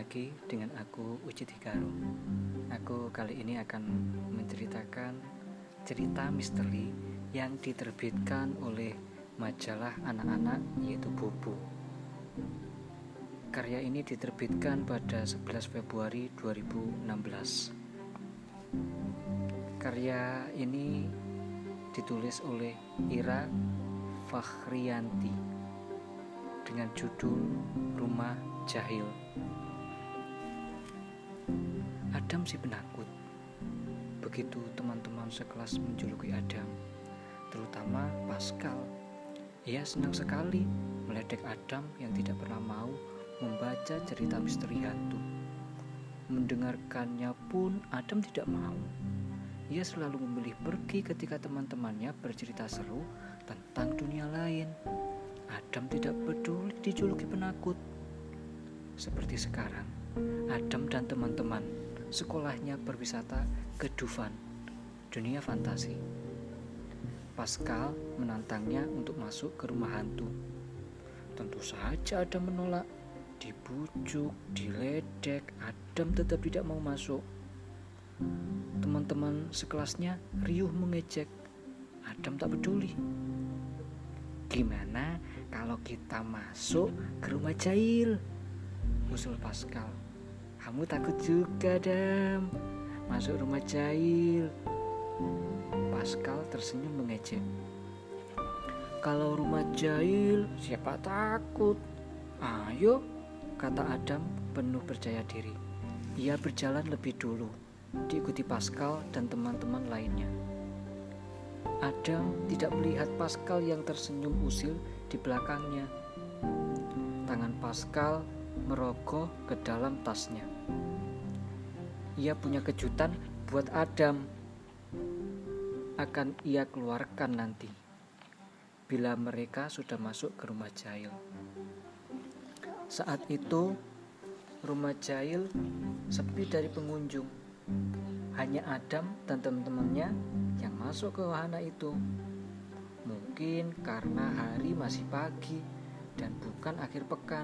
lagi dengan aku Uci Hikaru. Aku kali ini akan menceritakan cerita misteri yang diterbitkan oleh majalah anak-anak yaitu Bobo. Karya ini diterbitkan pada 11 Februari 2016. Karya ini ditulis oleh Ira Fakhriyanti dengan judul Rumah Jahil. Adam si penakut. Begitu teman-teman sekelas menjuluki Adam, terutama Pascal. Ia senang sekali meledek Adam yang tidak pernah mau membaca cerita misteri hantu. Mendengarkannya pun Adam tidak mau. Ia selalu memilih pergi ketika teman-temannya bercerita seru tentang dunia lain. Adam tidak peduli dijuluki penakut. Seperti sekarang, Adam dan teman-teman sekolahnya berwisata ke Dufan, dunia fantasi. Pascal menantangnya untuk masuk ke rumah hantu. Tentu saja Adam menolak. Dibujuk, diledek, Adam tetap tidak mau masuk. Teman-teman sekelasnya riuh mengejek. Adam tak peduli. Gimana kalau kita masuk ke rumah jahil? Usul Pascal. Kamu takut juga, Adam, masuk rumah jahil? Pascal tersenyum mengejek. Kalau rumah jahil, siapa takut? Ayo, kata Adam penuh percaya diri. Ia berjalan lebih dulu, diikuti Pascal dan teman-teman lainnya. Adam tidak melihat Pascal yang tersenyum usil di belakangnya. Tangan Pascal merogoh ke dalam tasnya. Ia punya kejutan buat Adam. Akan ia keluarkan nanti, bila mereka sudah masuk ke rumah jahil. Saat itu, rumah jahil sepi dari pengunjung. Hanya Adam dan teman-temannya yang masuk ke wahana itu. Mungkin karena hari masih pagi dan bukan akhir pekan.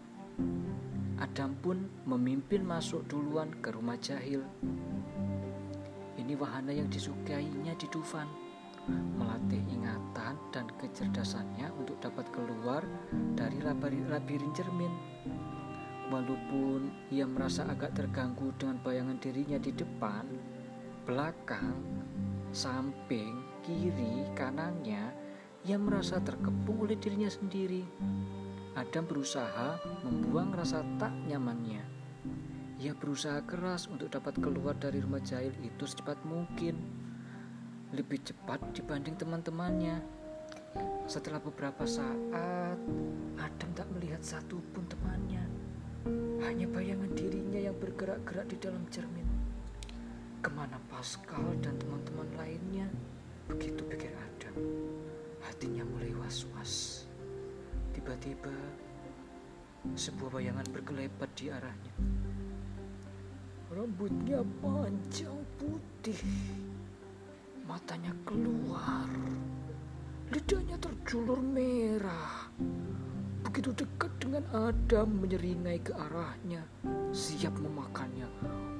Adam pun memimpin masuk duluan ke rumah jahil. Ini wahana yang disukainya di Dufan, melatih ingatan dan kecerdasannya untuk dapat keluar dari labirin cermin. Walaupun ia merasa agak terganggu dengan bayangan dirinya di depan, belakang, samping, kiri, kanannya, ia merasa terkepung oleh dirinya sendiri. Adam berusaha membuang rasa tak nyamannya. Ia berusaha keras untuk dapat keluar dari rumah jahil itu secepat mungkin, lebih cepat dibanding teman-temannya. Setelah beberapa saat, Adam tak melihat satupun temannya. Hanya bayangan dirinya yang bergerak-gerak di dalam cermin. Kemana Pascal dan teman-teman lainnya? Begitu pikir Adam. Hatinya mulai was-was. Tiba-tiba sebuah bayangan berkelebat di arahnya. Rambutnya panjang putih, matanya keluar, lidahnya terjulur merah. Begitu dekat dengan Adam, menyeringai ke arahnya, siap memakannya.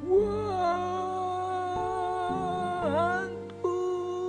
Wah, hantu!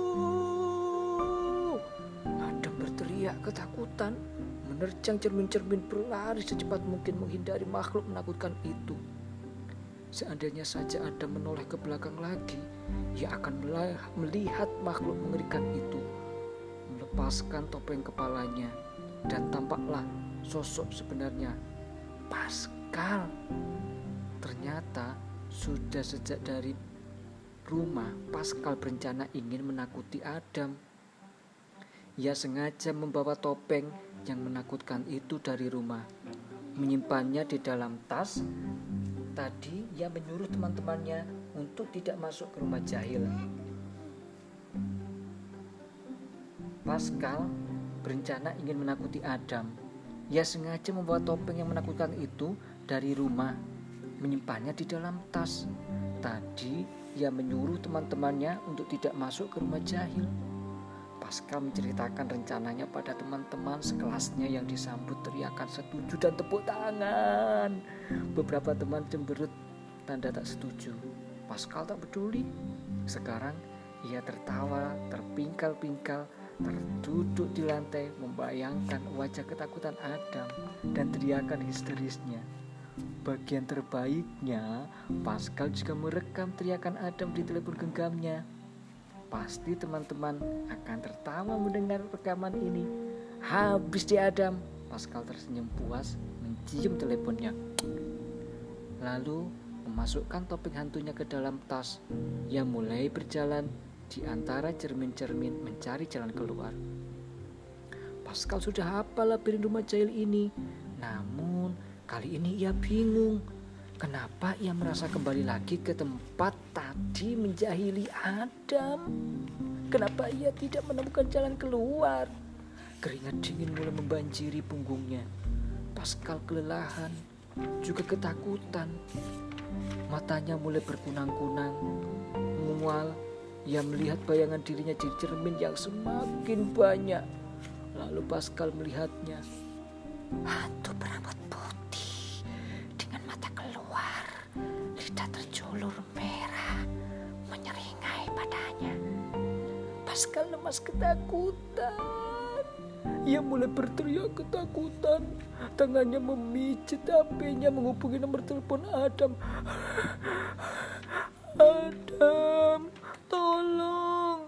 Adam berteriak ketakutan, menerjang cermin-cermin, berlari secepat mungkin menghindari makhluk menakutkan itu. Seandainya saja Adam menoleh ke belakang lagi, ia akan melihat makhluk mengerikan itu melepaskan topeng kepalanya, dan tampaklah sosok sebenarnya, Pascal. Ternyata sudah sejak dari rumah, Pascal berencana ingin menakuti Adam. Ia sengaja membawa topeng yang menakutkan itu dari rumah, menyimpannya di dalam tas. Tadi ia menyuruh teman-temannya untuk tidak masuk ke rumah jahil. Pascal berencana ingin menakuti Adam. Ia sengaja membawa topeng yang menakutkan itu dari rumah, menyimpannya di dalam tas. Tadi ia menyuruh teman-temannya untuk tidak masuk ke rumah jahil. Pascal menceritakan rencananya pada teman-teman sekelasnya yang disambut teriakan setuju dan tepuk tangan. Beberapa teman cemberut tanda tak setuju. Pascal tak peduli. Sekarang ia tertawa, terpingkal-pingkal, terduduk di lantai, membayangkan wajah ketakutan Adam dan teriakan histerisnya. Bagian terbaiknya, Pascal juga merekam teriakan Adam di telepon genggamnya. Pasti teman-teman akan tertawa mendengar rekaman ini. Habis di Adam. Pascal tersenyum puas mencium teleponnya. Lalu memasukkan topeng hantunya ke dalam tas. Ia mulai berjalan di antara cermin-cermin mencari jalan keluar. Pascal sudah hafal labirin rumah jahil ini. Namun kali ini ia bingung. Kenapa ia merasa kembali lagi ke tempat tadi menjahili Adam? Kenapa ia tidak menemukan jalan keluar? Keringat dingin mulai membanjiri punggungnya. Pascal kelelahan, juga ketakutan. Matanya mulai berkunang-kunang, mual. Ia melihat bayangan dirinya di cermin yang semakin banyak. Lalu Pascal melihatnya. Hantu berambut putih dengan mata keluar, lidah terjulur merah, menyeringai padanya. Pascal lemas ketakutan. Ia mulai berteriak ketakutan. Tangannya memijit HP-nya menghubungi nomor telepon Adam. Adam, tolong.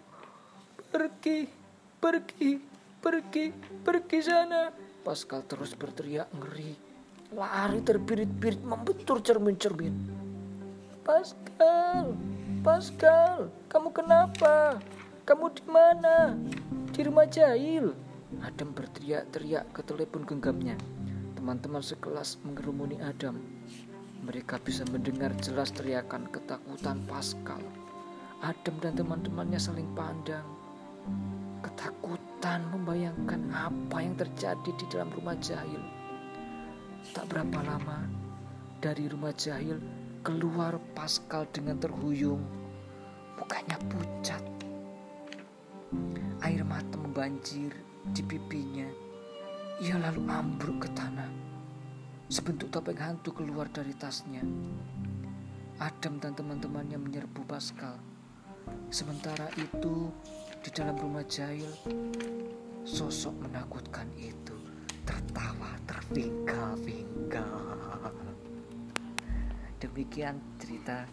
Pergi sana. Pascal terus berteriak ngeri. Lari terbirit-birit membentur cermin-cermin. Pascal, kamu kenapa? Kamu di mana? Di rumah jahil. Adam berteriak-teriak ke telepon genggamnya. Teman-teman sekelas mengerumuni Adam. Mereka bisa mendengar jelas teriakan ketakutan Pascal. Adam dan teman-temannya saling pandang. Ketakutan membayangkan apa yang terjadi di dalam rumah jahil. Tak berapa lama, dari rumah jahil keluar Pascal dengan terhuyung. Mukanya pucat. Air mata membanjir di pipinya. Ia lalu ambruk ke tanah. Sebentuk topeng hantu keluar dari tasnya. Adam dan teman-temannya menyerbu Pascal. Sementara itu, di dalam rumah jahil, sosok menakutkan itu tertawa terpingkal-pingkal. Demikian cerita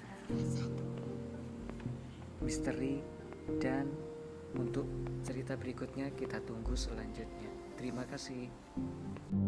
misteri, dan untuk cerita berikutnya kita tunggu selanjutnya. Terima kasih.